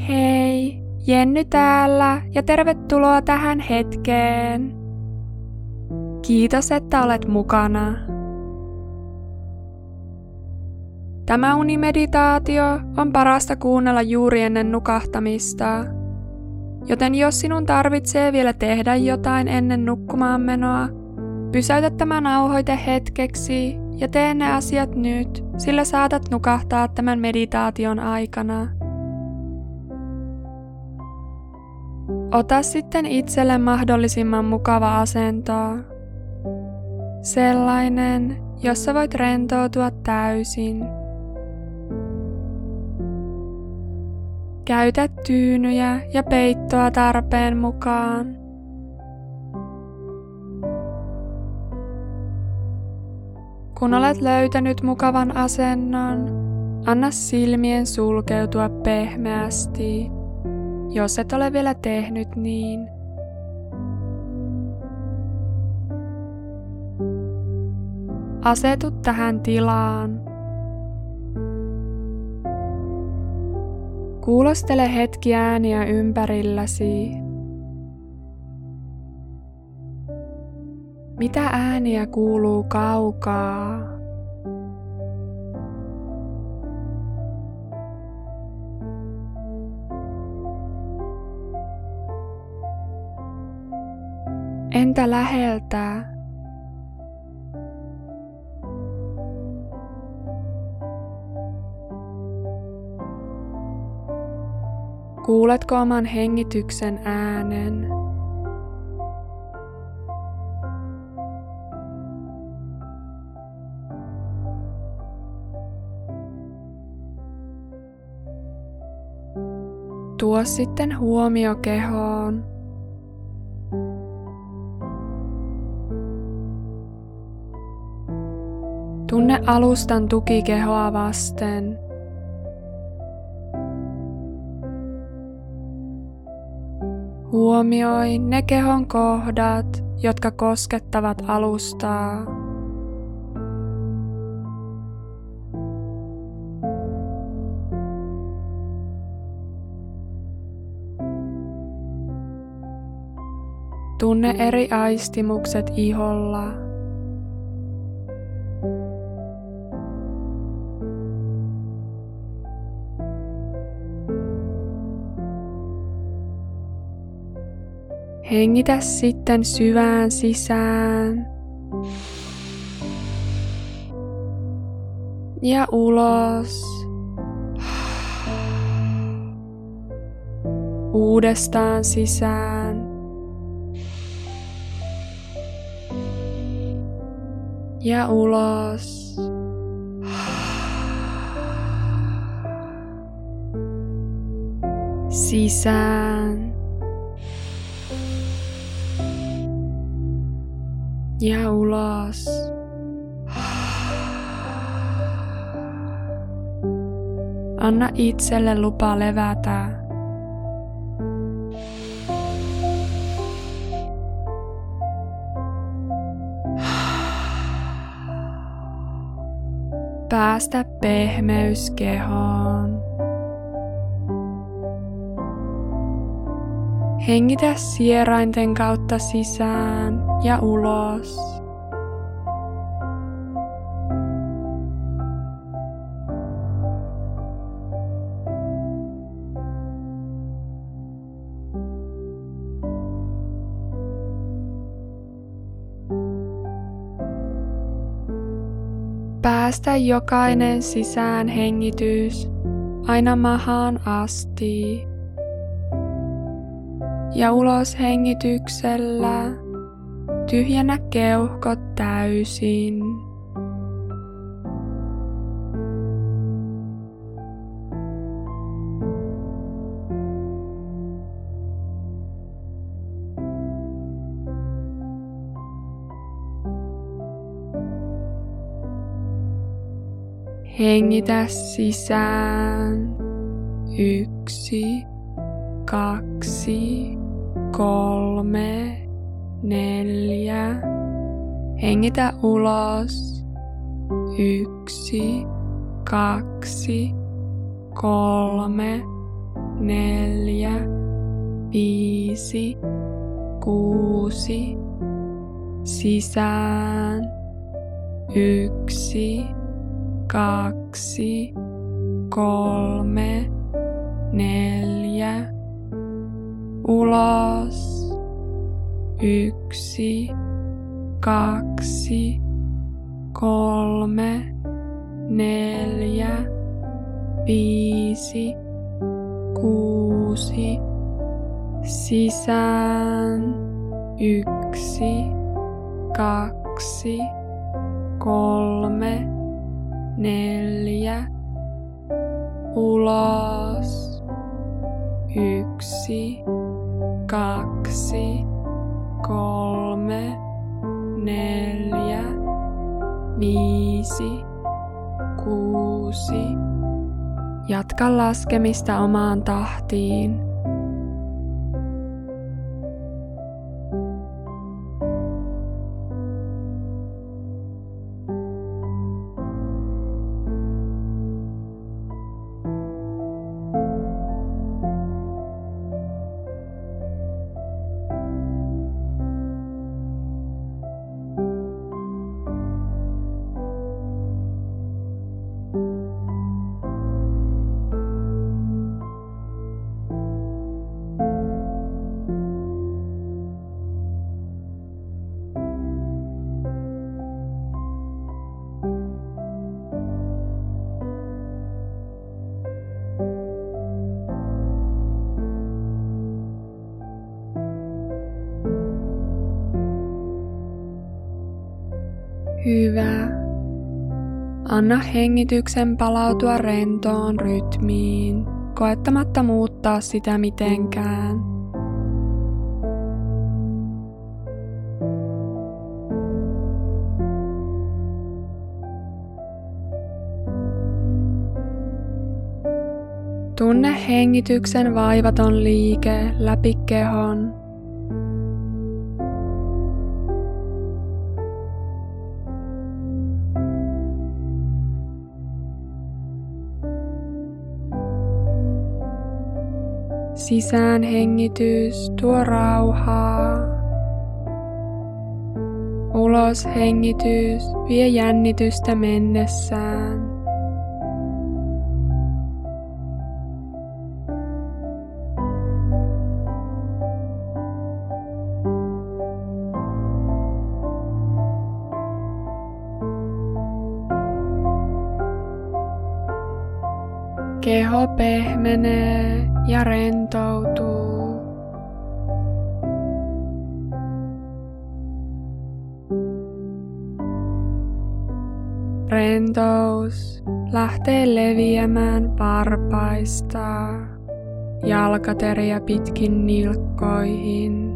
Hei, Jenny täällä ja tervetuloa tähän hetkeen. Kiitos, että olet mukana. Tämä unimeditaatio on parasta kuunnella juuri ennen nukahtamista, joten jos sinun tarvitsee vielä tehdä jotain ennen nukkumaanmenoa, pysäytä tämä nauhoite hetkeksi ja tee ne asiat nyt, sillä saatat nukahtaa tämän meditaation aikana. Ota sitten itselle mahdollisimman mukava asento. Sellainen, jossa voit rentoutua täysin. Käytä tyynyjä ja peittoa tarpeen mukaan. Kun olet löytänyt mukavan asennon, anna silmien sulkeutua pehmeästi, jos et ole vielä tehnyt niin. Asetu tähän tilaan. Kuulostele hetki ääniä ympärilläsi. Mitä ääniä kuuluu kaukaa? Entä läheltä? Kuuletko oman hengityksen äänen? Tuo sitten huomio kehoon. Tunne alustan tuki kehoa vasten. Huomioi ne kehon kohdat, jotka koskettavat alustaa. Tunne eri aistimukset iholla. Hengitä sitten syvään sisään ja ulos. Uudestaan sisään ja ulos. Sisään ja ulos. Anna itselle lupa levätä. Päästä pehmeys kehoon. Hengitä sierainten kautta sisään ja ulos. Päästä jokainen sisään hengitys aina mahaan asti. Ja ulos hengityksellä tyhjennä keuhkot täysin. Hengitä sisään. 1, 2, 3, 4. Hengitä ulos. 1, 2, 3, 4, 5, 6. Sisään. 1, 2, 3, 4. Ulos. 1, 2, 3, 4, 5, 6. Sisään. 1, 2, 3, 4. Ulos. 1, 2, 3, 4, 5, 6. Jatka laskemista omaan tahtiin. Hyvä. Anna hengityksen palautua rentoon rytmiin, koettamatta muuttaa sitä mitenkään. Tunne hengityksen vaivaton liike läpi kehon. Sisään hengitys tuo rauhaa. Ulos hengitys vie jännitystä mennessään. Keho pehmenee ja rentoutuu. Rentous lähtee leviämään varpaista, jalkateriä pitkin nilkkoihin.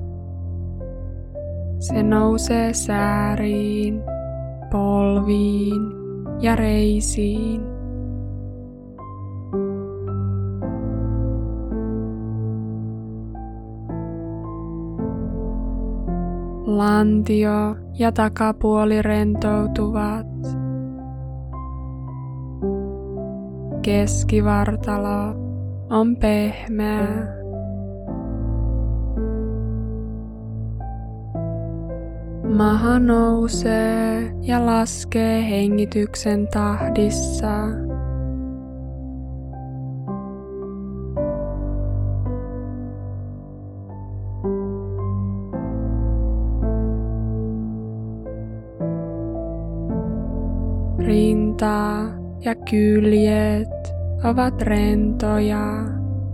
Se nousee sääriin, polviin ja reisiin. Lantio ja takapuoli rentoutuvat. Keskivartalo on pehmeä. Maha nousee ja laskee hengityksen tahdissa. Rinta ja kyljet ovat rentoja.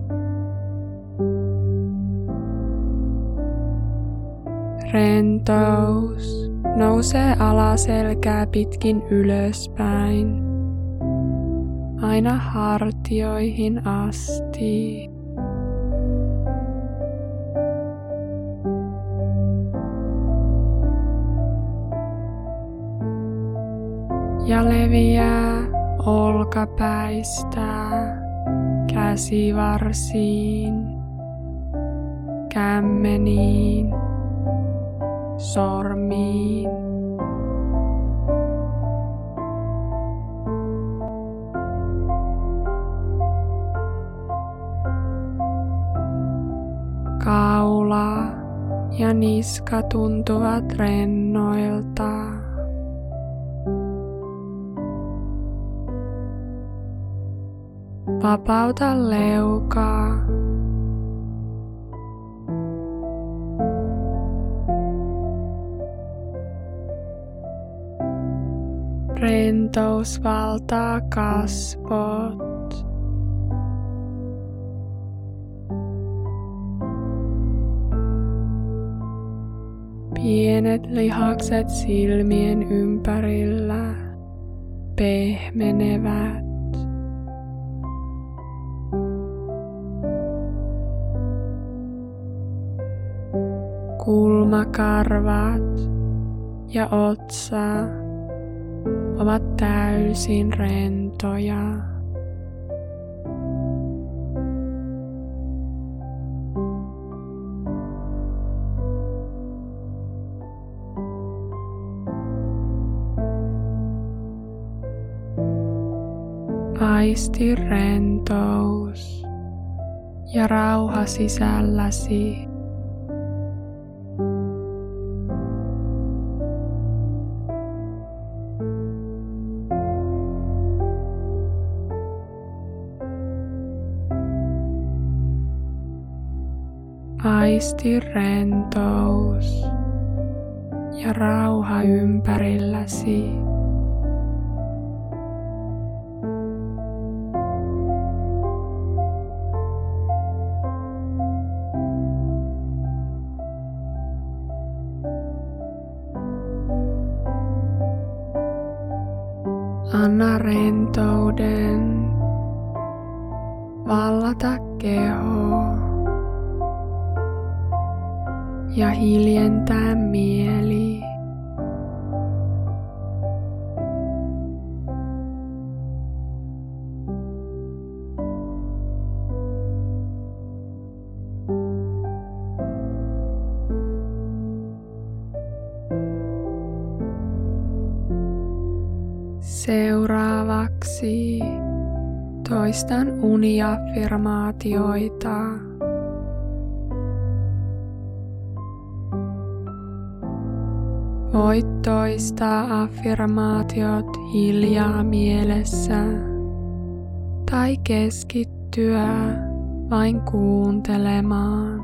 Rentous nousee alaselkää pitkin ylöspäin, aina hartioihin asti. Ja leviää olkapäistä käsivarsiin, kämmeniin, sormiin. kaula ja niska tuntuvat rennoilta. Vapauta leukaa. Rentous valtaa kasvot. Pienet lihakset silmien ympärillä pehmenevät. Kulmakarvat ja otsa ovat täysin rentoja. Aisti rentous ja rauha sisälläsi. Aisti rentous ja rauha ympärilläsi. Anna rentouden vallata kehoa ja hiljentää mieli. Seuraavaksi toistan uniaffirmaatioita. Voit toistaa affirmaatiot hiljaa mielessä tai keskittyä vain kuuntelemaan.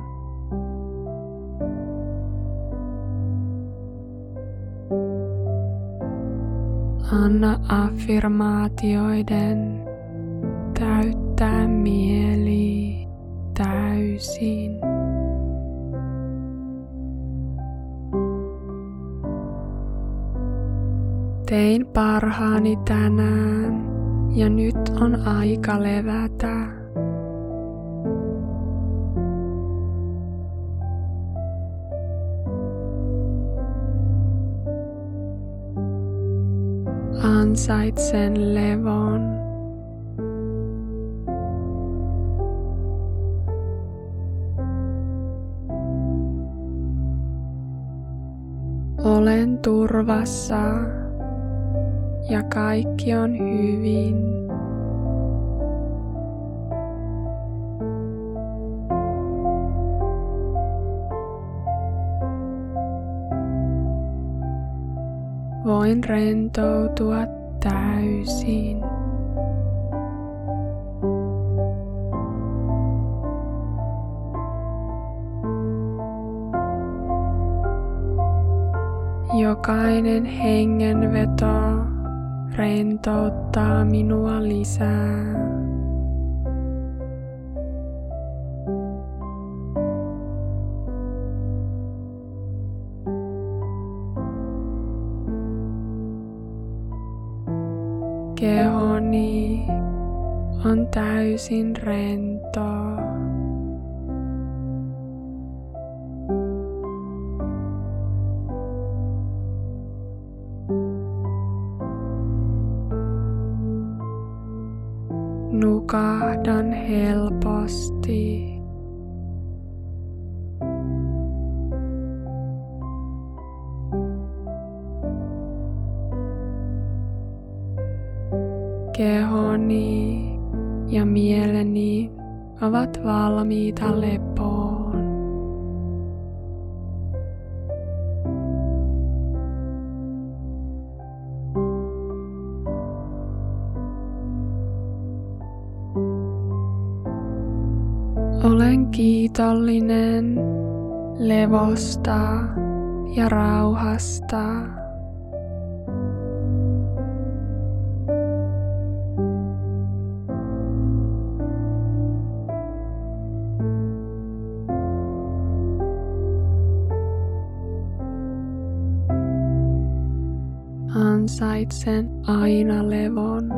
Anna affirmaatioiden täyttää mieli täysin. Tein parhaani tänään ja nyt on aika levätä. Ansaitsen levon. Olen turvassa ja kaikki on hyvin. Voin rentoutua täysin. Jokainen hengenveto rentouttaa minua lisää. Kehoni on täysin rento. Nukahdan helposti. Kehoni ja mieleni ovat valmiita lepoon. Olen kiitollinen levosta ja rauhasta. Ansaitsen aina levon.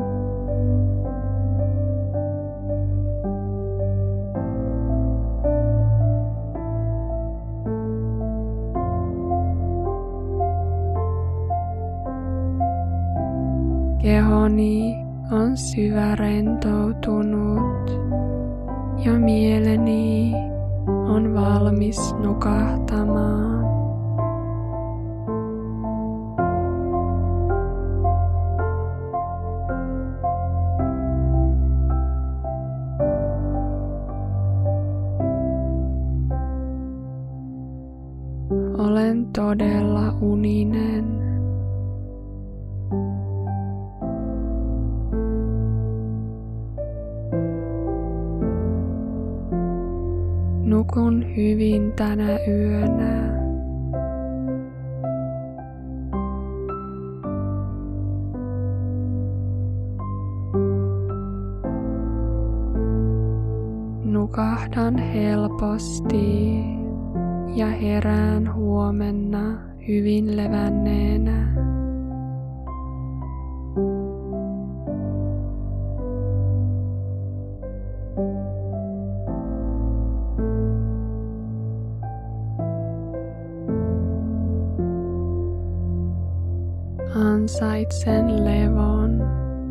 Kehoni on syvärentoutunut ja mieleni on valmis nukahtamaan. Olen todella uninen. Nukun hyvin tänä yönä. Nukahdan helposti ja herään huomenna hyvin levänneenä. Ansaitsen levon.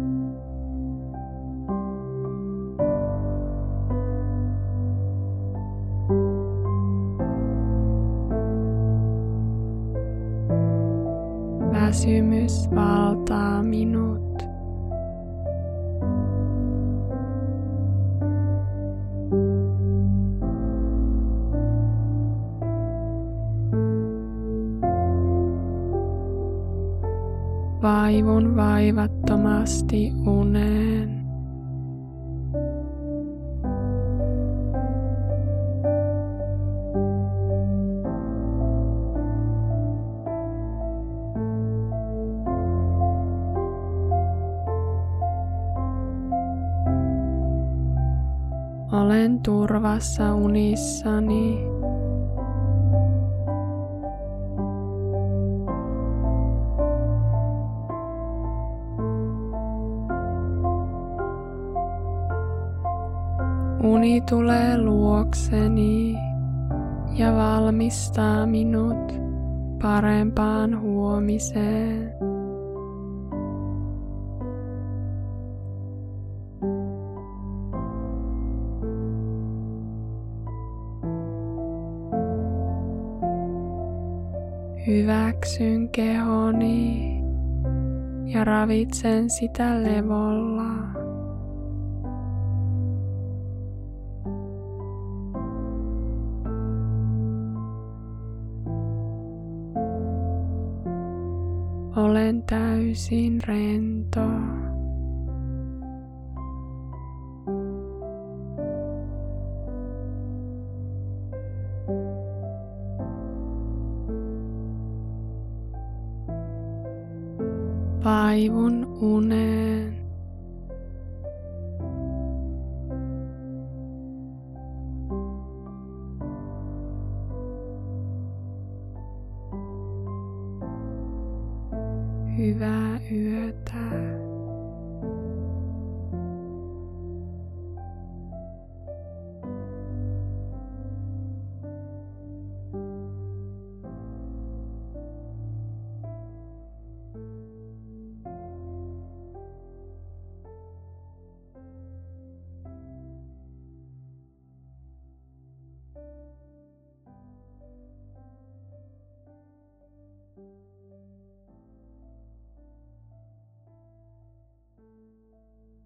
Väsymys valtaa minut. Vaivun vaivattomasti uneen. Olen turvassa unissani. Uni tulee luokseni ja valmistaa minut parempaan huomiseen. Hyväksyn kehoni ja ravitsen sitä levolla. Olen täysin rento. Vaivun uneen. Hyvää yötä.